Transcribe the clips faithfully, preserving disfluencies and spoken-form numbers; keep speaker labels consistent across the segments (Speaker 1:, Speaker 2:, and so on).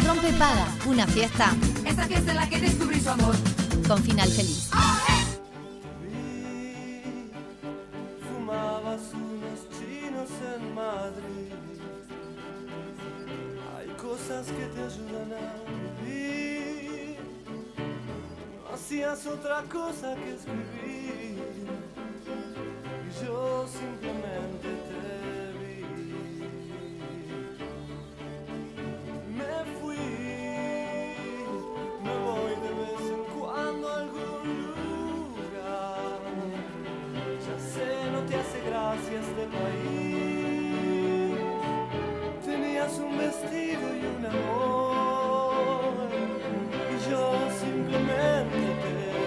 Speaker 1: Rompe Paga, una fiesta.
Speaker 2: Esta fiesta en la que descubrí su amor.
Speaker 1: Con final feliz.
Speaker 3: Fumabas unos chinos en Madrid. Hay cosas que te ayudan a vivir. No hacías otra cosa que escribir. Y yo simplemente te vi. Me fui. Me voy de vez en cuando a algún lugar. Ya sé, no te hace gracia este país. Tenías un vestido y un amor. Y yo simplemente te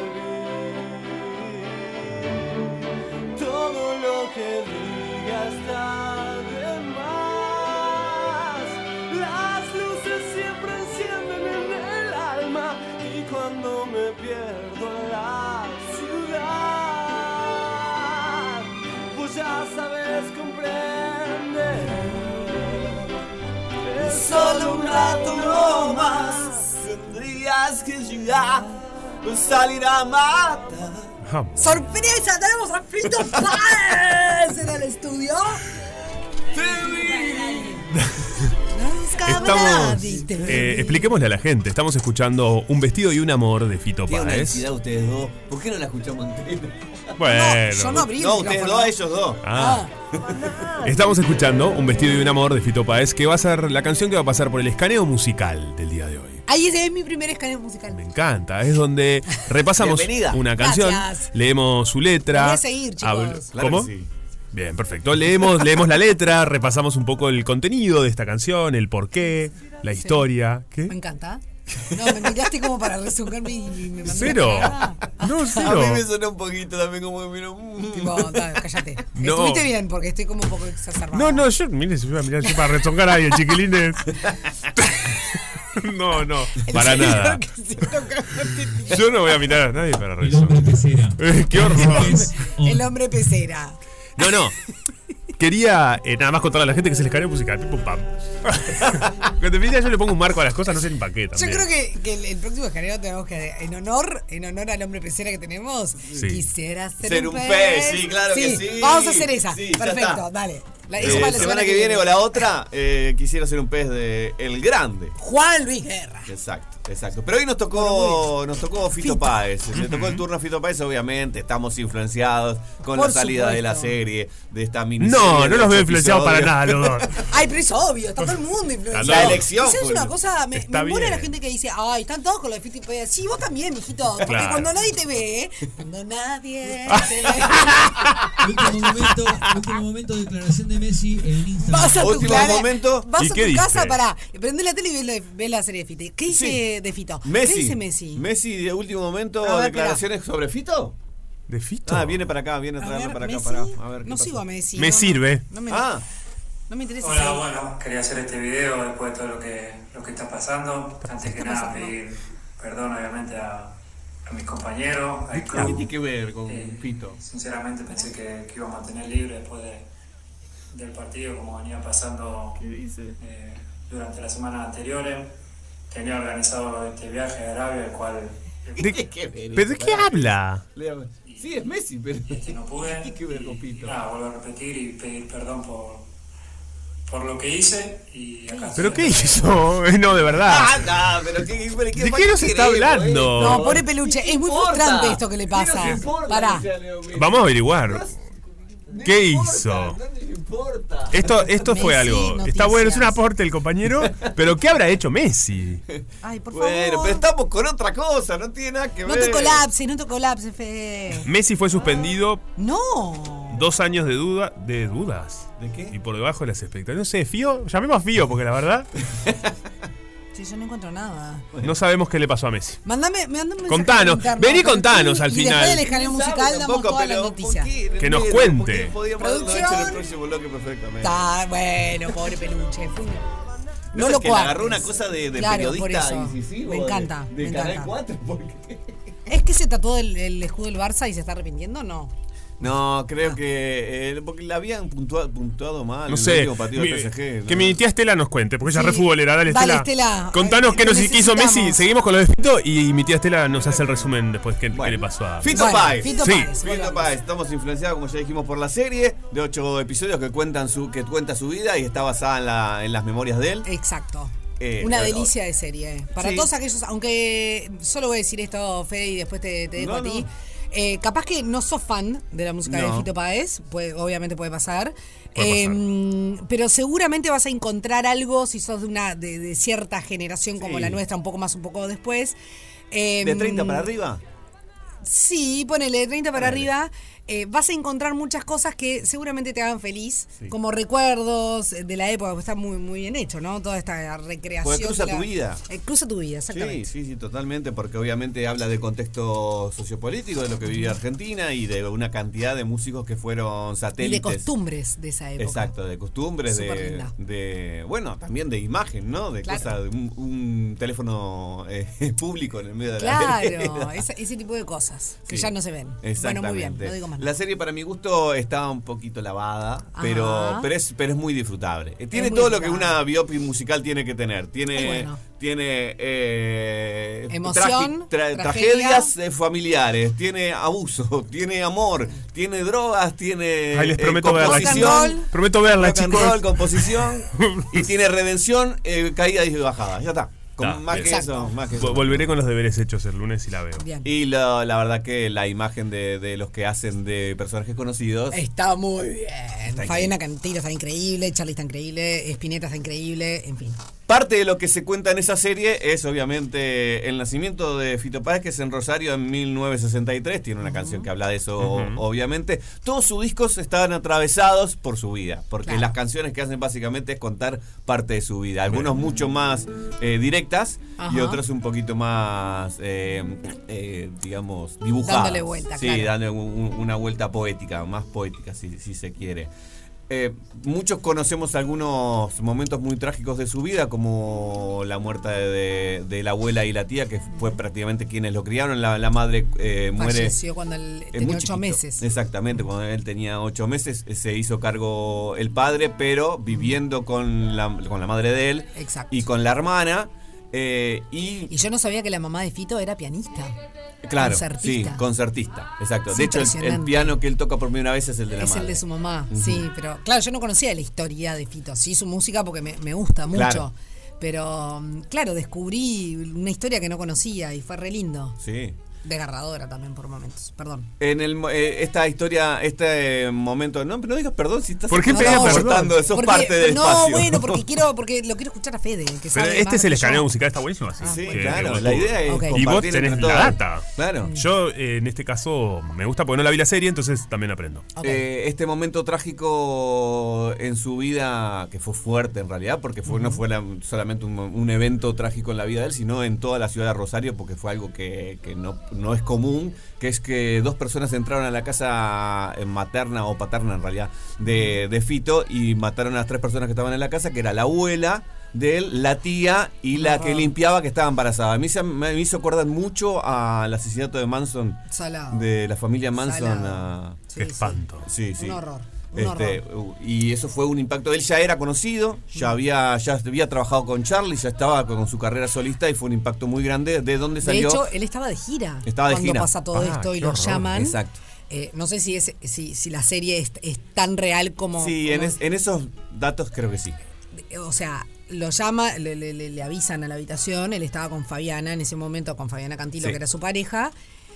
Speaker 3: vi. Todo lo que diga está de más. Las luces siempre encienden en el alma. Y cuando me pierdo en la ciudad, pues ya sabes comprender. Es solo un rato no más. Tendrías que llegar, pues salir a matar.
Speaker 4: ¡Sorpresa! ¡Tenemos a Fito Páez en el estudio!
Speaker 3: Te vi.
Speaker 5: Estamos, eh, expliquémosle a la gente. Estamos escuchando Un vestido y un amor de Fito
Speaker 6: Tiene una
Speaker 5: Páez.
Speaker 6: entidad ustedes dos. ¿Por qué no la escuchamos entera?
Speaker 5: Bueno,
Speaker 4: No, yo no abrí.
Speaker 6: No,
Speaker 4: el
Speaker 6: ustedes
Speaker 4: micrófono.
Speaker 6: dos, ellos dos.
Speaker 5: Ah. Estamos escuchando Un vestido y un amor de Fito Páez, que va a ser la canción que va a pasar por el escaneo musical del día de hoy.
Speaker 4: Ahí ese es mi primer escaneo musical.
Speaker 5: Me encanta, es donde repasamos
Speaker 6: Bienvenida.
Speaker 5: una canción,
Speaker 4: Gracias.
Speaker 5: leemos su letra.
Speaker 4: Voy a seguir, chicos.
Speaker 5: habl-
Speaker 6: Claro
Speaker 5: ¿Cómo?
Speaker 6: que sí.
Speaker 5: Bien, perfecto. Leemos, leemos la letra, repasamos un poco el contenido de esta canción, el porqué, la historia. ¿Qué?
Speaker 4: Me encanta. No, me miraste como para resumirme y me mandaste
Speaker 5: Cero.
Speaker 4: a la cagada.
Speaker 5: No,
Speaker 6: A mí
Speaker 5: cero.
Speaker 6: me sonó un poquito también como que miro.
Speaker 4: Tipo, dale, cállate.
Speaker 5: No.
Speaker 4: Estuviste bien porque estoy como un poco exacerbado.
Speaker 5: No, no, yo, mire, yo voy a mirar yo para rezongar ahí, el chiquilines. No, no,
Speaker 4: El
Speaker 5: para
Speaker 4: señor
Speaker 5: nada.
Speaker 4: que se toca con
Speaker 5: Yo no voy a mirar a nadie para
Speaker 7: El hombre
Speaker 5: rezongar.
Speaker 7: pecera.
Speaker 5: Eh, ¡Qué horror!
Speaker 4: el hombre pecera.
Speaker 5: No, no. Quería eh, nada más contarle a la gente que es el escaneo musical. Pum, pam. Cuando te pide, yo le pongo un marco a las cosas, no sé en pa' qué
Speaker 4: Yo
Speaker 5: también.
Speaker 4: creo que, que el, el próximo escaneo tenemos que, en honor, en honor al hombre pecera que tenemos,
Speaker 5: Sí.
Speaker 4: quisiera ser,
Speaker 6: Ser un pez, sí, claro que sí.
Speaker 4: Vamos a hacer esa.
Speaker 6: Sí, ya
Speaker 4: Perfecto,
Speaker 6: está.
Speaker 4: dale. La,
Speaker 6: Eh,
Speaker 4: eso para
Speaker 6: la semana que viene o la otra, eh, quisiera ser un pez de El Grande.
Speaker 4: Juan Luis Guerra.
Speaker 6: Exacto, exacto. Pero hoy nos tocó, nos tocó Fito,
Speaker 4: Fito.
Speaker 6: Páez. Le tocó el turno a Fito Páez, obviamente. Estamos influenciados con
Speaker 4: Por
Speaker 6: la salida de la
Speaker 4: supuesto.
Speaker 6: serie, de esta miniserie.
Speaker 5: No, no
Speaker 6: de
Speaker 5: los veo
Speaker 6: ocho
Speaker 5: influenciados para
Speaker 6: episodios.
Speaker 5: nada los dos.
Speaker 4: Ay, pero es obvio, está todo el mundo influenciado.
Speaker 6: La elección
Speaker 4: ¿Sabes
Speaker 6: fue-
Speaker 4: una cosa? Me,
Speaker 5: Está
Speaker 4: me muere
Speaker 5: bien.
Speaker 4: la gente que dice, ay, están todos con lo de Fito y Páez. Sí, vos también, mijito. Porque
Speaker 5: Claro.
Speaker 4: cuando nadie te ve, cuando nadie te ve,
Speaker 7: Último momento, último momento de declaración de Messi en Instagram.
Speaker 4: vas a tu,
Speaker 6: Último
Speaker 4: clara-
Speaker 6: momento.
Speaker 4: vas
Speaker 5: ¿Y
Speaker 4: a
Speaker 5: qué
Speaker 4: tu
Speaker 5: dice?
Speaker 4: casa para prender la tele y ves la, ves la serie de Fito. ¿Qué dice
Speaker 6: Sí.
Speaker 4: de Fito?
Speaker 6: Messi.
Speaker 4: ¿Qué dice Messi?
Speaker 6: Messi, de último momento,
Speaker 4: A ver,
Speaker 6: declaraciones sobre Fito.
Speaker 5: ¿De Fito?
Speaker 6: Ah, viene para acá, viene a
Speaker 4: A
Speaker 6: traerlo
Speaker 4: ver,
Speaker 6: para acá.
Speaker 4: Messi.
Speaker 6: Para, a ver, ¿qué
Speaker 4: no
Speaker 6: pasa?
Speaker 4: sigo a Messi.
Speaker 5: Me
Speaker 4: no,
Speaker 5: sirve.
Speaker 4: No, me,
Speaker 6: Ah,
Speaker 4: no me interesa.
Speaker 8: Hola,
Speaker 4: saber.
Speaker 8: bueno, quería hacer este video después de todo lo que, lo que está pasando. Antes que nada,
Speaker 4: pasando?
Speaker 8: pedir perdón, obviamente, a, a mis compañeros, al
Speaker 6: ¿qué
Speaker 8: club.
Speaker 6: tiene que ver con
Speaker 8: Eh,
Speaker 6: Fito?
Speaker 8: Sinceramente pensé que, que íbamos a tener libre después de, del partido, como venía pasando
Speaker 6: ¿Qué dice?
Speaker 8: eh, durante las semanas anteriores. Tenía organizado este viaje a Arabia, el cual
Speaker 5: ¿De,
Speaker 6: ¿Qué ver
Speaker 5: ¿Pero de
Speaker 6: eso?
Speaker 5: qué habla?
Speaker 6: Lea- Sí, es Messi, pero
Speaker 8: este, no pude.
Speaker 6: ¿qué tiene que ver con Fito?
Speaker 8: Nada, vuelvo a repetir y pedir perdón por, por lo que hice. Y acá
Speaker 5: ¿Pero
Speaker 8: estoy.
Speaker 5: qué hizo? No, de verdad.
Speaker 6: Ah, no, pero ¿qué, pero qué
Speaker 5: ¿De
Speaker 6: pa'
Speaker 5: qué nos está
Speaker 6: queremos,
Speaker 5: hablando?
Speaker 6: eh?
Speaker 4: No, pobre peluche. Es muy
Speaker 6: importa?
Speaker 4: frustrante esto que le
Speaker 6: ¿Qué
Speaker 4: pasa.
Speaker 6: nos importa
Speaker 4: Pará.
Speaker 6: que sea Leo Messi?
Speaker 5: Vamos a averiguar.
Speaker 6: No
Speaker 5: ¿Qué
Speaker 6: importa,
Speaker 5: hizo?
Speaker 6: No nos importa.
Speaker 5: Esto, esto fue
Speaker 4: Messi,
Speaker 5: algo.
Speaker 4: noticias.
Speaker 5: Está bueno, es un aporte el compañero. Pero ¿qué habrá hecho Messi?
Speaker 4: Ay, por
Speaker 6: Bueno,
Speaker 4: favor.
Speaker 6: pero estamos con otra cosa, no tiene nada que
Speaker 4: No
Speaker 6: ver.
Speaker 4: te colapses, no te colapses, Fede.
Speaker 5: Messi fue suspendido
Speaker 4: No.
Speaker 5: dos años de duda, de dudas.
Speaker 6: ¿De qué?
Speaker 5: Y por debajo de las expectativas. No sé, Fío, llamemos a Fío, porque la verdad
Speaker 4: Sí, yo no encuentro nada.
Speaker 5: no sabemos qué le pasó a Messi.
Speaker 4: Mándame, mándame un mensaje
Speaker 5: Contanos,
Speaker 4: interno,
Speaker 5: vení,
Speaker 4: con
Speaker 5: contanos
Speaker 4: Tim,
Speaker 5: al
Speaker 4: y
Speaker 5: final.
Speaker 4: después del escaneo
Speaker 6: ¿Quién sabe
Speaker 4: musical damos
Speaker 6: tampoco,
Speaker 4: todas las
Speaker 6: pero
Speaker 4: noticias.
Speaker 6: ¿por qué?
Speaker 5: Que nos
Speaker 6: Pero,
Speaker 5: cuente.
Speaker 6: porque podíamos haberlo hecho en el
Speaker 4: Producción.
Speaker 6: próximo bloque perfectamente.
Speaker 4: Está bueno, pobre peluche. Fue un-
Speaker 6: No,
Speaker 4: No
Speaker 6: es
Speaker 4: lo
Speaker 6: que le
Speaker 4: cuadres.
Speaker 6: agarró una cosa de, de
Speaker 4: Claro, por
Speaker 6: periodista
Speaker 4: eso.
Speaker 6: incisivo.
Speaker 4: Me
Speaker 6: de-
Speaker 4: encanta,
Speaker 6: De,
Speaker 4: me
Speaker 6: Canal
Speaker 4: encanta.
Speaker 6: cuatro, porque
Speaker 4: ¿Es que se tatuó el, el escudo del Barça y se está arrepintiendo? No.
Speaker 6: No, creo que. Eh, porque la habían puntuado, puntuado mal.
Speaker 5: No
Speaker 6: en el
Speaker 5: sé.
Speaker 6: último partido del
Speaker 5: Mi-
Speaker 6: P S G,
Speaker 5: que
Speaker 6: ¿no?
Speaker 5: mi tía Estela nos cuente, porque ella
Speaker 4: Sí.
Speaker 5: es re futbolera. Dale,
Speaker 4: Dale,
Speaker 5: Estela.
Speaker 4: Estela.
Speaker 5: Contanos
Speaker 4: Ay,
Speaker 5: qué nos
Speaker 4: te
Speaker 5: hizo
Speaker 4: necesitamos.
Speaker 5: Messi. Seguimos con lo de Fito y mi tía Estela nos hace el resumen después qué,
Speaker 6: Bueno.
Speaker 5: qué le pasó a.
Speaker 6: Fito
Speaker 4: Bueno,
Speaker 6: Páez.
Speaker 4: Fito
Speaker 5: Sí.
Speaker 4: Páez,
Speaker 6: Fito
Speaker 4: volvamos.
Speaker 6: Páez, estamos influenciados, como ya dijimos, por la serie de ocho episodios que cuentan su, que cuenta su vida y está basada en, la, en las memorias de él.
Speaker 4: Exacto.
Speaker 6: Eh,
Speaker 4: Una
Speaker 6: claro.
Speaker 4: delicia de serie. eh. Para
Speaker 6: Sí.
Speaker 4: todos aquellos, aunque solo voy a decir esto, Fede, y después te, te dejo
Speaker 6: No,
Speaker 4: a ti.
Speaker 6: no.
Speaker 4: Eh, capaz que no sos fan de la música
Speaker 6: No.
Speaker 4: de Fito Páez, puede, obviamente puede pasar.
Speaker 5: Puede
Speaker 4: Eh, pero seguramente vas a encontrar algo si sos de una de, de cierta generación como
Speaker 6: Sí.
Speaker 4: la nuestra, un poco más, un poco después. Eh,
Speaker 6: ¿De treinta para arriba?
Speaker 4: Sí, ponele de treinta para
Speaker 6: Ponele.
Speaker 4: arriba. Eh, vas a encontrar muchas cosas que seguramente te hagan feliz,
Speaker 6: Sí.
Speaker 4: como recuerdos de la época, porque está muy, muy bien hecho, ¿no? Toda esta recreación.
Speaker 6: Porque cruza
Speaker 4: de la-
Speaker 6: tu vida.
Speaker 4: Eh, cruza tu vida,
Speaker 6: Sí,
Speaker 4: exactamente.
Speaker 6: sí, sí, totalmente, porque obviamente habla de contexto sociopolítico, de lo que vivía Argentina y de una cantidad de músicos que fueron
Speaker 4: Y
Speaker 6: satélites.
Speaker 4: de costumbres de esa época.
Speaker 6: Exacto, de costumbres, de,
Speaker 4: Superlinda.
Speaker 6: de. Bueno, también de imagen, ¿no? De
Speaker 4: Claro.
Speaker 6: cosas, de un, un teléfono eh, público en el medio de la
Speaker 4: Claro, esa- ese tipo de cosas que
Speaker 6: Sí,
Speaker 4: ya no se ven. Bueno,
Speaker 6: exactamente.
Speaker 4: muy bien, no digo más
Speaker 6: La
Speaker 4: nada.
Speaker 6: serie para mi gusto está un poquito lavada, pero,
Speaker 4: Ajá.
Speaker 6: pero, es, pero es muy disfrutable. Eh, Tiene
Speaker 4: muy
Speaker 6: todo lo que
Speaker 4: disfrutable.
Speaker 6: una biopic musical tiene que tener. Tiene,
Speaker 4: Ay, bueno.
Speaker 6: tiene eh,
Speaker 4: Emoción,
Speaker 6: tra-
Speaker 4: tragedia.
Speaker 6: tragedias eh, familiares, tiene abuso, tiene amor, tiene drogas, tiene
Speaker 5: Ay, les
Speaker 6: eh,
Speaker 5: prometo verla.
Speaker 4: Rock and
Speaker 6: composición,
Speaker 4: roll.
Speaker 5: Prometo verla,
Speaker 6: rock and
Speaker 5: chicos.
Speaker 6: roll, composición y tiene redención, eh, caídas y bajadas. Ya está. Con
Speaker 5: Está,
Speaker 6: más,
Speaker 5: bien.
Speaker 6: que
Speaker 4: Exacto.
Speaker 6: eso, más que
Speaker 5: Vo-
Speaker 6: eso.
Speaker 5: Volveré con los deberes hechos el lunes y la veo.
Speaker 4: Bien.
Speaker 6: Y la, la verdad que la imagen de, de los que hacen de personajes conocidos.
Speaker 4: Está muy bien.
Speaker 6: Está
Speaker 4: Fabiana Cantilo está increíble, Charlie está increíble, Spinetta está increíble, en fin.
Speaker 6: Parte de lo que se cuenta en esa serie es obviamente el nacimiento de Fito Páez, que es en Rosario en mil novecientos sesenta y tres. Tiene una canción que habla de eso,
Speaker 5: Ujú.
Speaker 6: obviamente. Todos sus discos estaban atravesados por su vida, porque
Speaker 4: Claro.
Speaker 6: las canciones que hacen básicamente es contar parte de su vida. Algunos mucho más eh, directas y
Speaker 4: Ajá.
Speaker 6: otros un poquito más, eh, eh, digamos, dibujadas.
Speaker 4: Dándole vuelta,
Speaker 6: Sí,
Speaker 4: claro.
Speaker 6: dándole un- una vuelta poética, más poética si, si se quiere. Eh, muchos conocemos algunos momentos muy trágicos de su vida, como la muerte de, de la abuela y la tía, que fue prácticamente quienes lo criaron. La, la madre eh, muere.
Speaker 4: Falleció cuando él
Speaker 6: es
Speaker 4: tenía
Speaker 6: muy
Speaker 4: ocho
Speaker 6: chiquito.
Speaker 4: meses.
Speaker 6: Exactamente, cuando él tenía ocho meses eh, se hizo cargo el padre, pero viviendo con la, con la madre de él
Speaker 4: Exacto.
Speaker 6: y con la hermana. eh, y
Speaker 4: Y yo no sabía que la mamá de Fito era pianista.
Speaker 6: claro,
Speaker 4: concertista.
Speaker 6: sí, concertista, exacto.
Speaker 4: Es
Speaker 6: de hecho, el, el
Speaker 4: impresionante.
Speaker 6: piano que él toca por primera vez es el de la
Speaker 4: Es
Speaker 6: madre.
Speaker 4: el de su mamá,
Speaker 6: Ujú.
Speaker 4: sí, pero claro, yo no conocía la historia de Fito, sí su música porque me, me gusta mucho,
Speaker 6: Claro.
Speaker 4: pero mm, claro, descubrí una historia que no conocía y fue re lindo,
Speaker 6: Sí.
Speaker 4: desgarradora también por momentos, perdón.
Speaker 6: En el, mo- eh, esta historia, este eh, momento, no, no digas perdón si estás
Speaker 5: ¿Por qué
Speaker 4: No,
Speaker 5: pedís
Speaker 4: no,
Speaker 5: perdón?
Speaker 6: cortando, sos
Speaker 4: Porque-
Speaker 6: parte del
Speaker 4: no,
Speaker 6: espacio.
Speaker 4: bueno, porque quiero, porque lo quiero escuchar a Fede, que
Speaker 5: Pero
Speaker 4: sabe
Speaker 5: este
Speaker 4: más
Speaker 5: es el
Speaker 4: que
Speaker 5: escaneo
Speaker 4: yo.
Speaker 5: musical, está buenísimo así.
Speaker 6: Sí,
Speaker 5: Que-
Speaker 6: claro,
Speaker 5: que-
Speaker 6: la idea es
Speaker 4: Ok.
Speaker 5: Y vos
Speaker 6: compartir
Speaker 5: tenés
Speaker 6: entre
Speaker 5: la
Speaker 6: todos.
Speaker 5: data.
Speaker 6: Claro.
Speaker 5: Yo, eh, en este caso, me gusta porque no la vi la serie, entonces también aprendo.
Speaker 4: Ok.
Speaker 6: Eh, este momento trágico en su vida, que fue fuerte en realidad, porque fue, no fue la- solamente un, un evento trágico en la vida de él, sino en toda la ciudad de Rosario, porque fue algo que, que no, no es común, que es que dos personas entraron a la casa eh, materna o paterna en realidad de, de Fito y mataron a las tres personas que estaban en la casa, que era la abuela de él, la tía y la que limpiaba, que estaba embarazada. A mí se, me hizo acordar mucho al asesinato de Manson,
Speaker 4: Salado.
Speaker 6: de la familia Manson.
Speaker 4: Salado.
Speaker 6: a-
Speaker 4: Sí,
Speaker 5: Qué
Speaker 4: sí.
Speaker 5: espanto.
Speaker 6: Sí, sí.
Speaker 4: Un horror. Un
Speaker 6: Este,
Speaker 4: horror.
Speaker 6: uh, y eso fue un impacto. Él ya era conocido, ya había, ya había trabajado con Charlie, ya estaba con su carrera solista y fue un impacto muy grande. ¿De dónde
Speaker 4: De
Speaker 6: salió?
Speaker 4: hecho, él estaba de gira
Speaker 6: Estaba de
Speaker 4: cuando
Speaker 6: gira.
Speaker 4: pasa todo
Speaker 5: Ah,
Speaker 4: esto y
Speaker 5: qué
Speaker 4: lo
Speaker 5: horror.
Speaker 4: llaman.
Speaker 6: Exacto.
Speaker 4: Eh, no sé si es si, si la serie es, es tan real como.
Speaker 6: Sí, en,
Speaker 4: como-
Speaker 6: es- en esos datos creo que sí.
Speaker 4: o sea, lo llama, le, le- le- le avisan a la habitación, él estaba con Fabiana en ese momento, con Fabiana Cantilo,
Speaker 6: Sí.
Speaker 4: que era su pareja,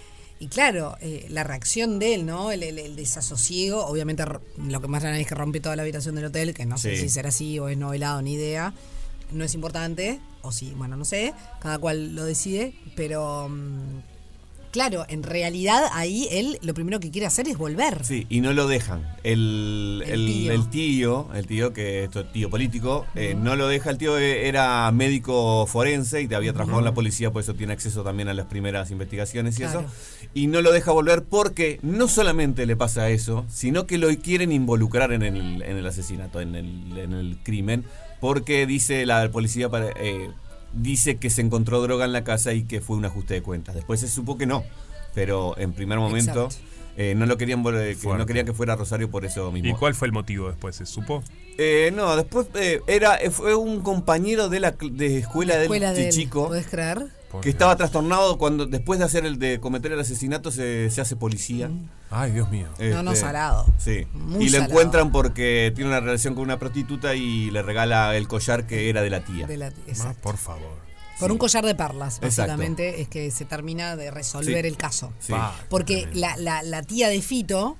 Speaker 4: y claro, eh, la reacción de él, ¿no? El, el- el desasosiego, obviamente r- lo que más grande es que rompe toda la habitación del hotel, que no sé
Speaker 6: Sí.
Speaker 4: si será así o es novelado, ni idea, no es importante, o sí, bueno, no sé, cada cual lo decide, pero... mm, claro, en realidad ahí él lo primero que quiere hacer es volver.
Speaker 6: Sí, y no lo dejan. El,
Speaker 4: El
Speaker 6: el-
Speaker 4: tío.
Speaker 6: el tío, el tío que esto es tío político, eh, no lo deja. El tío eh, era médico forense y te había trabajado en la policía, por eso tiene acceso también a las primeras investigaciones y
Speaker 4: Claro.
Speaker 6: eso. Y no lo deja volver porque no solamente le pasa eso, sino que lo quieren involucrar en el, en el asesinato, en el, en el crimen, porque dice la policía para, eh, dice que se encontró droga en la casa y que fue un ajuste de cuentas. Después se supo que no, pero en primer momento
Speaker 4: Exacto.
Speaker 6: Eh, no lo querían vol- que
Speaker 5: Fuerte.
Speaker 6: no querían que fuera a Rosario por eso mismo.
Speaker 5: ¿Y cuál fue el motivo después? ¿Se supo?
Speaker 6: Eh, no, después eh, era eh, fue un compañero de la cl- de escuela,
Speaker 4: Escuela
Speaker 6: del
Speaker 4: de él,
Speaker 6: chico
Speaker 4: ¿podés creer?
Speaker 6: que estaba trastornado cuando después de hacer el de cometer el asesinato se, se hace policía.
Speaker 5: Ay, Dios mío.
Speaker 4: No, no,
Speaker 6: Este,
Speaker 4: salado.
Speaker 6: Sí.
Speaker 4: Muy
Speaker 6: y lo
Speaker 4: salado.
Speaker 6: encuentran porque tiene una relación con una prostituta y le regala el collar que era de la tía.
Speaker 4: De la-
Speaker 5: Ah,
Speaker 4: exacto.
Speaker 5: por favor.
Speaker 4: Por
Speaker 6: sí.
Speaker 4: un collar de perlas,
Speaker 6: Exacto.
Speaker 4: básicamente, es que se termina de resolver
Speaker 6: Sí.
Speaker 4: el caso.
Speaker 6: Sí.
Speaker 5: Pa,
Speaker 4: Porque
Speaker 5: tremendo.
Speaker 4: la, la, la tía de Fito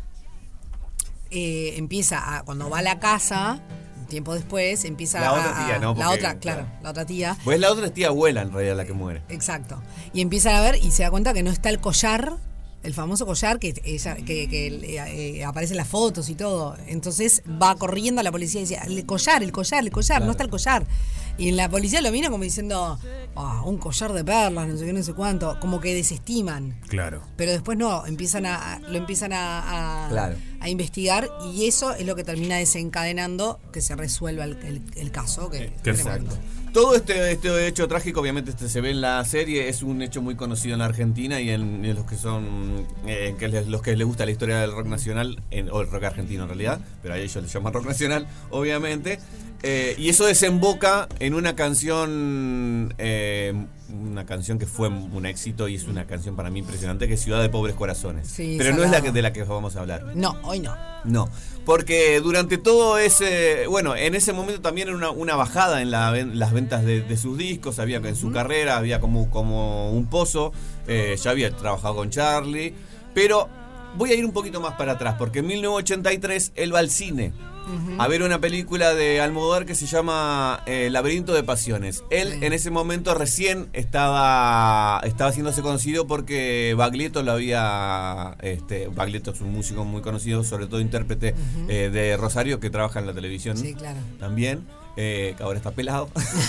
Speaker 4: eh, empieza a, cuando va a la casa, un tiempo después, empieza
Speaker 6: La
Speaker 4: a.
Speaker 6: otra tía,
Speaker 4: a-
Speaker 6: ¿no?
Speaker 4: La
Speaker 6: Porque,
Speaker 4: otra, claro,
Speaker 6: claro.
Speaker 4: la otra tía.
Speaker 6: Pues la otra es tía abuela en realidad la que muere.
Speaker 4: Exacto. Y empieza a ver y se da cuenta que no está el collar, el famoso collar que ella que, que eh, eh, aparece en las fotos y todo. Entonces va corriendo a la policía y dice, el collar, el collar, el collar,
Speaker 6: Claro.
Speaker 4: no está el collar. Y la policía lo mira como diciendo, "Ah, un collar de perlas, no sé qué, no sé cuánto", como que desestiman.
Speaker 5: Claro.
Speaker 4: Pero después no, empiezan a, a- lo empiezan a, a,
Speaker 6: Claro.
Speaker 4: a investigar y eso es lo que termina desencadenando que se resuelva el, el- el caso. Que
Speaker 5: Qué
Speaker 4: es tremendo.
Speaker 6: Exacto. Todo este, este hecho trágico, obviamente este se ve en la serie, es un hecho muy conocido en la Argentina y en, en los que son eh, que les, los que les gusta la historia del rock nacional, en, o el rock argentino en realidad, pero a ellos les llaman rock nacional, obviamente. Eh, y eso desemboca en una canción, eh, una canción que fue un éxito y es una canción para mí impresionante, que es Ciudad de Pobres Corazones.
Speaker 4: Sí,
Speaker 6: pero no es la
Speaker 4: salado.
Speaker 6: que, de la que vamos a hablar.
Speaker 4: No, hoy no.
Speaker 6: No, porque durante todo ese, bueno, en ese momento también era una, una bajada en la ven- las ventas de, de sus discos, había que en su carrera había como, como un pozo, eh, ya había trabajado con Charlie, pero voy a ir un poquito más para atrás, porque en mil novecientos ochenta y tres él va al cine a ver una película de Almodóvar que se llama eh, Laberinto de Pasiones. Él
Speaker 4: Sí.
Speaker 6: en ese momento recién estaba, estaba haciéndose conocido porque Baglietto lo había, este, Baglietto es un músico muy conocido, sobre todo intérprete eh, de Rosario que trabaja en la televisión
Speaker 4: Sí, claro.
Speaker 6: también, eh, que ahora está pelado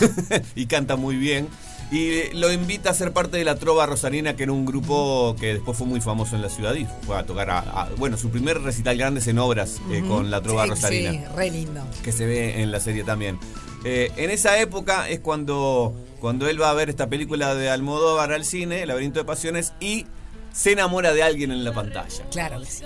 Speaker 6: y canta muy bien. Y lo invita a ser parte de la Trova Rosarina, que era un grupo que después fue muy famoso en la ciudad y fue a tocar a, a- bueno, su primer recital grande es en obras eh, con la Trova
Speaker 4: Sí,
Speaker 6: Rosarina,
Speaker 4: sí, re lindo.
Speaker 6: que se ve en la serie también. Eh, en esa época es cuando, cuando él va a ver esta película de Almodóvar al cine, El Laberinto de Pasiones, y se enamora de alguien en la pantalla.
Speaker 4: Claro que sí.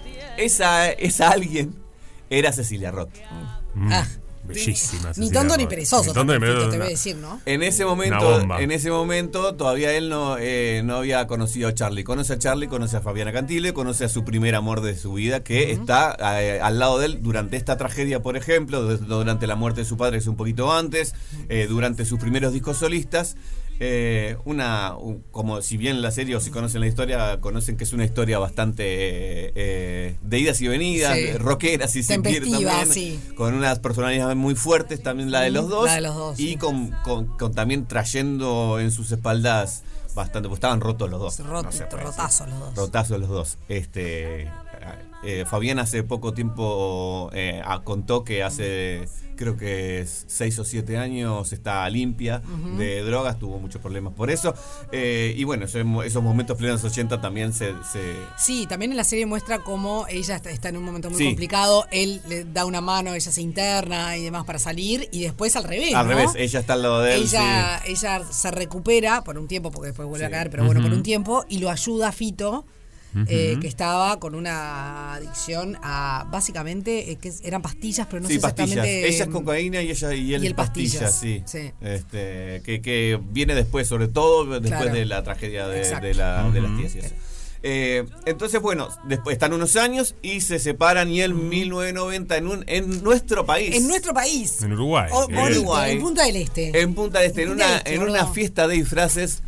Speaker 6: Esa, esa alguien era Cecilia Roth.
Speaker 5: Mm,
Speaker 4: Ah.
Speaker 5: Bellísima.
Speaker 4: Ni
Speaker 5: Cecilia
Speaker 4: tonto ni
Speaker 5: Roth.
Speaker 4: perezoso,
Speaker 5: Ni tonto ni
Speaker 4: también, Fito,
Speaker 5: perezoso,
Speaker 4: te voy a
Speaker 5: no.
Speaker 4: decir, ¿no?
Speaker 6: En ese
Speaker 5: Una
Speaker 6: momento,
Speaker 5: bomba.
Speaker 6: en ese momento todavía él no, eh, no había conocido a Charlie. Conoce a Charlie, conoce a Fabiana Cantile, conoce a su primer amor de su vida, que está eh, al lado de él durante esta tragedia, por ejemplo, de- durante la muerte de su padre, que es un poquito antes, eh, durante sus primeros discos solistas. Eh, una, un- como si bien la serie o si conocen la historia, conocen que es una historia bastante eh, eh, de idas y venidas,
Speaker 4: Sí.
Speaker 6: rockera, si se quiere
Speaker 4: Tempestiva,
Speaker 6: también,
Speaker 4: sí.
Speaker 6: con unas personalidades muy fuertes, también la de los dos,
Speaker 4: La de los dos,
Speaker 6: y
Speaker 4: sí.
Speaker 6: con, con- con también trayendo en sus espaldas bastante, pues estaban rotos los dos.
Speaker 4: Rot-
Speaker 6: no se puede
Speaker 4: rotazos
Speaker 6: decir.
Speaker 4: los dos.
Speaker 6: Rotazos los dos. Este, eh, Fabián hace poco tiempo eh, ah, contó que hace, creo que es seis o siete años está limpia de drogas, tuvo muchos problemas por eso. Eh, y bueno, esos, esos momentos plenos ochenta también se... se
Speaker 4: Sí, también en la serie muestra cómo ella está, está en un momento muy
Speaker 6: Sí.
Speaker 4: complicado, él le da una mano, ella se interna y demás para salir, y después al revés,
Speaker 6: al
Speaker 4: ¿no?
Speaker 6: revés, ella está al lado de él.
Speaker 4: ella, ella se recupera por un tiempo, porque después vuelve a
Speaker 6: Sí.
Speaker 4: caer, pero bueno, por un tiempo, y lo ayuda a Fito, eh, que estaba con una adicción a, básicamente, eh, que eran pastillas, pero no
Speaker 6: Sí,
Speaker 4: sé
Speaker 6: pastillas.
Speaker 4: exactamente.
Speaker 6: Ella es cocaína y ella y él
Speaker 4: y él
Speaker 6: es pastillas,
Speaker 4: pastillas,
Speaker 6: sí.
Speaker 4: sí.
Speaker 6: Este, que, que viene después, sobre todo después
Speaker 4: Claro.
Speaker 6: de la tragedia de,
Speaker 4: Exacto.
Speaker 6: de la, de las tías y eso. Eh, entonces, bueno, después están unos años y se separan y en mil novecientos noventa en un en nuestro país.
Speaker 4: En nuestro país.
Speaker 5: En Uruguay.
Speaker 4: O-
Speaker 5: Eh,
Speaker 4: bonito,
Speaker 6: Uruguay.
Speaker 4: en Punta del Este.
Speaker 6: En Punta del Este, en
Speaker 4: Punta
Speaker 6: una,
Speaker 4: del Este,
Speaker 6: en una
Speaker 4: boludo.
Speaker 6: fiesta de disfraces,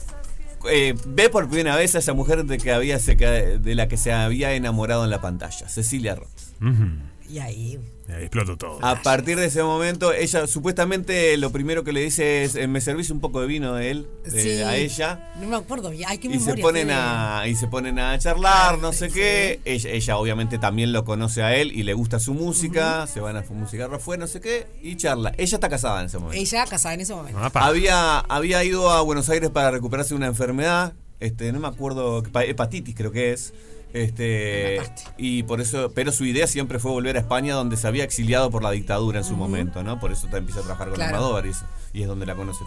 Speaker 6: eh, ve por primera vez a esa mujer de que había se, de la que se había enamorado en la pantalla, Cecilia Roth.
Speaker 5: ujú.
Speaker 4: Y ahí.
Speaker 5: Ahí explotó todo.
Speaker 6: A partir de ese momento, ella supuestamente lo primero que le dice es: eh, me servís un poco de vino de él, de-
Speaker 4: Sí.
Speaker 6: a ella.
Speaker 4: No me acuerdo bien. Ay, qué
Speaker 6: Y se
Speaker 4: memoria,
Speaker 6: ponen
Speaker 4: Fede.
Speaker 6: a y se ponen a charlar, no sé
Speaker 4: sí.
Speaker 6: qué. Ella, ella obviamente también lo conoce a él y le gusta su música, se van a fumar un cigarro afuera, no sé qué, y charla. Ella está casada en ese momento.
Speaker 4: Ella casada en ese momento.
Speaker 5: Ah, pa.
Speaker 6: Había, había ido a Buenos Aires para recuperarse de una enfermedad, este, no me acuerdo, pa- hepatitis creo que es. Este,
Speaker 4: Me mataste.
Speaker 6: y por eso, pero su idea siempre fue volver a España, donde se había exiliado por la dictadura en su momento, ¿no? Por eso empieza a trabajar con
Speaker 4: Claro.
Speaker 6: Almodóvar y, es- y es donde la conoce Fito.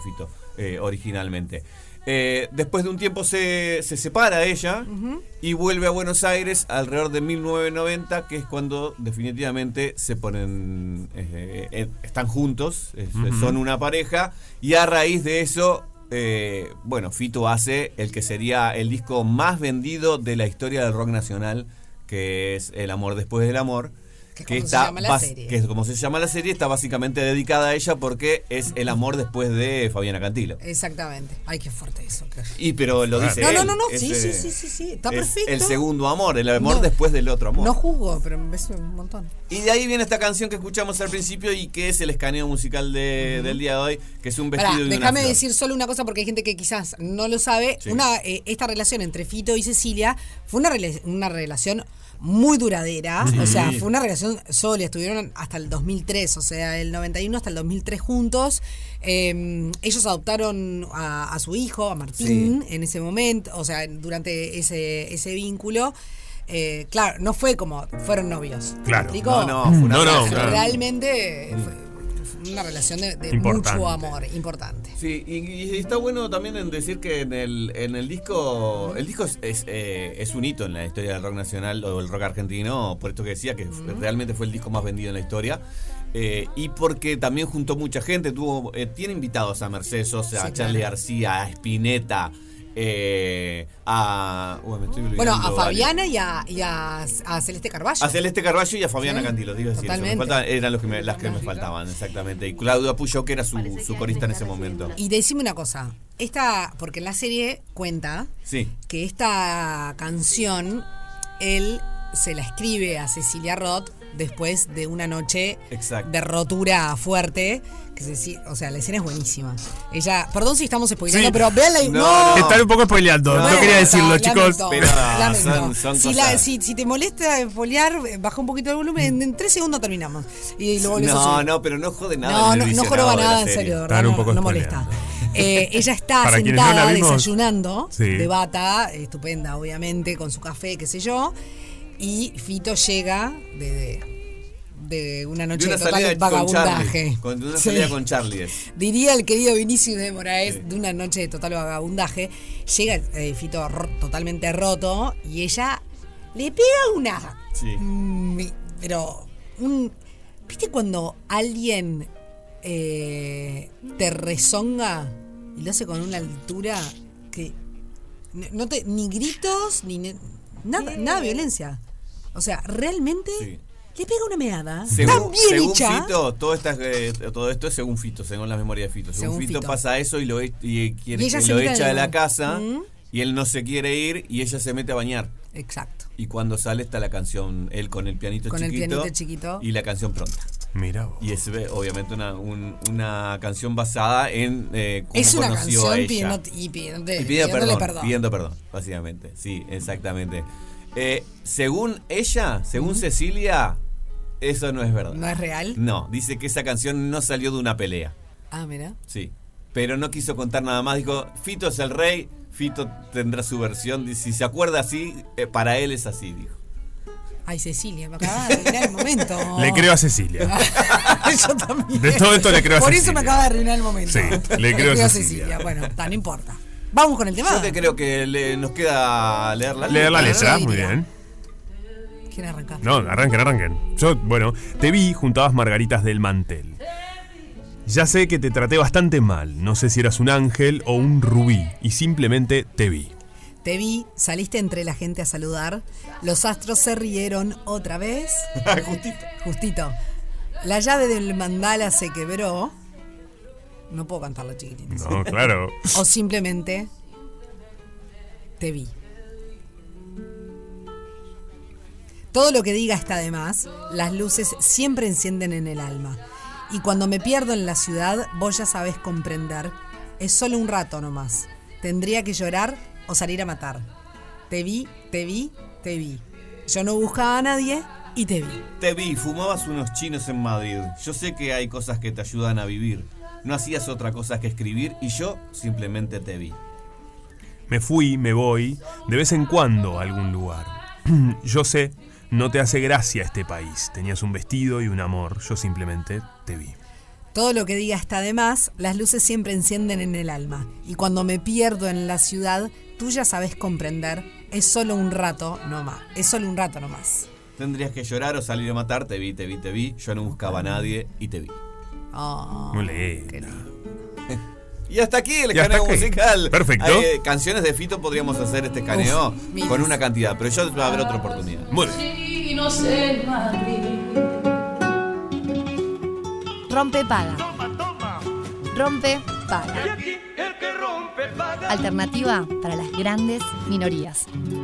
Speaker 6: eh, originalmente. Eh, después de un tiempo se, se separa ella uh-huh. y vuelve a Buenos Aires alrededor de mil novecientos noventa, que es cuando definitivamente se ponen, eh, eh, están juntos, eh, uh-huh. son una pareja, y a raíz de eso, eh, bueno, Fito hace el que sería el disco más vendido de la historia del rock nacional, que es El amor después del amor.
Speaker 4: Que,
Speaker 6: que,
Speaker 4: como
Speaker 6: está
Speaker 4: se llama la
Speaker 6: bas-
Speaker 4: serie.
Speaker 6: que es como se llama la serie, está básicamente dedicada a ella porque es el amor después de Fabiana Cantilo.
Speaker 4: Exactamente. Ay, qué fuerte eso. Claro.
Speaker 6: Y pero lo dice
Speaker 4: No,
Speaker 6: él.
Speaker 4: no, no, no.
Speaker 6: Es,
Speaker 4: Sí,
Speaker 6: eh,
Speaker 4: sí, sí, sí, sí. Está
Speaker 6: es
Speaker 4: perfecto.
Speaker 6: el segundo amor, el amor
Speaker 4: No,
Speaker 6: después del otro amor.
Speaker 4: No juzgo, pero me beso un montón.
Speaker 6: Y de ahí viene esta canción que escuchamos al principio y que es el escaneo musical de, uh-huh. del día de hoy, que es un vestido
Speaker 4: Pará,
Speaker 6: y una
Speaker 4: déjame
Speaker 6: flor.
Speaker 4: decir solo una cosa porque hay gente que quizás no lo sabe.
Speaker 6: Sí.
Speaker 4: Una eh, esta relación entre Fito y Cecilia fue una, rela- una relación muy duradera,
Speaker 6: Sí.
Speaker 4: o sea, fue una relación sólida, estuvieron hasta el dos mil tres, o sea, el noventa y uno hasta el dos mil tres juntos. Eh, ellos adoptaron a, a su hijo, a Martín, sí. en ese momento, o sea, durante ese, ese vínculo. Eh, claro, no fue como fueron novios.
Speaker 5: Claro.
Speaker 4: ¿Me explico?
Speaker 6: No, no, fue una
Speaker 5: No, no,
Speaker 6: relación.
Speaker 5: claro.
Speaker 4: Realmente fue, fue una relación de, de mucho amor, importante.
Speaker 6: Sí, y, y está bueno también en decir que en el, en el disco, el disco es, es, eh, es un hito en la historia del rock nacional o el rock argentino, por esto que decía que uh-huh. realmente fue el disco más vendido en la historia. Eh, y porque también juntó mucha gente, tuvo eh, tiene invitados a Mercedes Sosa,
Speaker 4: sí,
Speaker 6: a Charly
Speaker 4: claro.
Speaker 6: García, a Spinetta, eh, a uh, me estoy
Speaker 4: bueno, a
Speaker 6: varios.
Speaker 4: Fabiana y, a, y a, a Celeste Carballo.
Speaker 6: A Celeste Carballo y a Fabiana
Speaker 4: sí,
Speaker 6: Cantilo, digo decir,
Speaker 4: totalmente.
Speaker 6: eso, me faltaban, eran los que me, las que me faltaban, exactamente. Y Claudio Puyo, que era su, su corista en ese momento.
Speaker 4: Y decime una cosa, esta, porque en la serie cuenta
Speaker 6: sí.
Speaker 4: que esta canción él se la escribe a Cecilia Roth después de una noche
Speaker 6: Exacto.
Speaker 4: de rotura fuerte. Que se, o sea, la escena es buenísima. Ella, perdón si estamos spoileando,
Speaker 5: Sí.
Speaker 4: pero veanla y
Speaker 6: No,
Speaker 4: no.
Speaker 6: no.
Speaker 5: Están un poco spoileando, no,
Speaker 4: Bueno,
Speaker 5: quería decirlo,
Speaker 4: lamento,
Speaker 5: chicos.
Speaker 6: Pero
Speaker 4: lamento.
Speaker 6: son- son
Speaker 4: si,
Speaker 6: cosas-
Speaker 4: la, si, si te molesta spoilear, baja un poquito el volumen. En, en tres segundos terminamos. Y lo volvés a
Speaker 6: No,
Speaker 4: subir.
Speaker 6: no, pero no jode nada.
Speaker 4: No,
Speaker 6: en
Speaker 4: no,
Speaker 6: el
Speaker 4: no
Speaker 6: visionado
Speaker 4: joroba
Speaker 6: de la
Speaker 4: nada, en
Speaker 6: serie.
Speaker 4: serio, de verdad,
Speaker 5: Estaban un
Speaker 4: no,
Speaker 5: poco
Speaker 4: no molesta.
Speaker 5: spoileando.
Speaker 4: Eh, ella está
Speaker 5: Para quienes no
Speaker 4: sentada
Speaker 5: la vimos,
Speaker 4: desayunando,
Speaker 5: sí.
Speaker 4: de bata, estupenda, obviamente, con su café, qué sé yo. Y Fito llega de, de, de una noche
Speaker 6: De
Speaker 4: de,
Speaker 6: una
Speaker 4: total
Speaker 6: salida con
Speaker 4: vagabundaje.
Speaker 6: Charlie. Con de una
Speaker 4: Sí.
Speaker 6: salida con Charlie. es.
Speaker 4: Diría el querido Vinicius de Moraes,
Speaker 6: Sí.
Speaker 4: de una noche de total vagabundaje. Llega eh, Fito ro- totalmente roto y ella le pega una.
Speaker 6: Sí.
Speaker 4: Mm, pero, un, ¿viste cuando alguien eh, te rezonga y lo hace con una altura que no no te, ni gritos, ni ne- nada, nada de violencia? O sea, realmente
Speaker 6: Sí.
Speaker 4: le pega una meada.
Speaker 6: Según,
Speaker 4: Tan bien
Speaker 6: según
Speaker 4: hecha.
Speaker 6: Fito, todo, esta, eh, todo esto es según Fito, según la memoria de Fito. Según,
Speaker 4: Según
Speaker 6: Fito,
Speaker 4: Fito.
Speaker 6: pasa eso y lo, e- y quiere
Speaker 4: Y ella
Speaker 6: que
Speaker 4: se
Speaker 6: lo
Speaker 4: mete
Speaker 6: echa de
Speaker 4: en-
Speaker 6: la casa
Speaker 4: ¿Mm?
Speaker 6: y él no se quiere ir y ella se mete a bañar.
Speaker 4: Exacto.
Speaker 6: Y cuando sale está la canción, él con el pianito,
Speaker 4: Con el
Speaker 6: chiquito,
Speaker 4: pianito chiquito.
Speaker 6: y la canción pronta.
Speaker 5: Mira vos.
Speaker 6: Y es eh, obviamente una, un- una canción basada en eh, cómo
Speaker 4: Es una
Speaker 6: conoció a
Speaker 4: canción
Speaker 6: ella.
Speaker 4: pidiendo, y pidiendo,
Speaker 6: Y pide
Speaker 4: pidiéndole
Speaker 6: perdón,
Speaker 4: perdón.
Speaker 6: pidiendo perdón, básicamente. Sí, exactamente. Eh, según ella, según Cecilia, eso no es verdad.
Speaker 4: ¿No es real?
Speaker 6: No, dice que esa canción no salió de una pelea.
Speaker 4: Ah, mira.
Speaker 6: Sí. Pero no quiso contar nada más. Dijo, Fito es el rey, Fito tendrá su versión. Dice, si se acuerda así, eh, para él es así, dijo.
Speaker 4: Ay, Cecilia, me acaba de arruinar el momento.
Speaker 5: Le creo a Cecilia.
Speaker 4: Yo también.
Speaker 5: De todo esto le creo a
Speaker 4: Por
Speaker 5: Cecilia.
Speaker 4: eso me acaba de arruinar el momento.
Speaker 5: Sí, le creo a Cecilia.
Speaker 4: Bueno, está, no importa. Vamos con el tema.
Speaker 6: Yo te creo que le- nos queda leer la
Speaker 5: Leer la
Speaker 6: letra,
Speaker 5: letra,
Speaker 4: ¿no?
Speaker 5: muy bien.
Speaker 4: ¿Quién arranca?
Speaker 5: No, arranquen, arranquen. Yo, bueno, te vi juntabas margaritas del mantel. Ya sé que te traté bastante mal. No sé si eras un ángel o un rubí. Y simplemente te vi.
Speaker 4: Te vi, saliste entre la gente a saludar. Los astros se rieron otra vez.
Speaker 6: Justito.
Speaker 4: Justito. La llave del mandala se quebró. No puedo cantarlo, chiquitines.
Speaker 5: No, claro.
Speaker 4: O simplemente te vi. Todo lo que diga está de más. Las luces siempre encienden en el alma. Y cuando me pierdo en la ciudad, vos ya sabés comprender. Es solo un rato nomás. Tendría que llorar o salir a matar. Te vi, te vi, te vi. Yo no buscaba a nadie y te vi.
Speaker 6: Te vi, fumabas unos chinos en Madrid. Yo sé que hay cosas que te ayudan a vivir. No hacías otra cosa que escribir y yo simplemente te vi.
Speaker 5: Me fui, me voy, de vez en cuando a algún lugar. Yo sé, no te hace gracia este país. Tenías un vestido y un amor. Yo simplemente te vi.
Speaker 4: Todo lo que diga está de más, las luces siempre encienden en el alma. Y cuando me pierdo en la ciudad, tú ya sabes comprender, es solo un rato nomás. Es solo un rato nomás.
Speaker 6: Tendrías que llorar o salir a matar, te vi, te vi, te vi. Yo no buscaba a nadie y te vi.
Speaker 4: Oh,
Speaker 5: Muy lindo.
Speaker 6: Y hasta aquí el
Speaker 5: Y hasta
Speaker 6: escaneo
Speaker 5: aquí.
Speaker 6: musical.
Speaker 5: Perfecto.
Speaker 6: Hay, eh, canciones de Fito podríamos hacer este escaneo
Speaker 4: Uf, miles.
Speaker 6: con una cantidad, pero yo va a haber otra oportunidad.
Speaker 5: Muy bien.
Speaker 1: Rompe paga. Rompe paga. Alternativa para las grandes minorías.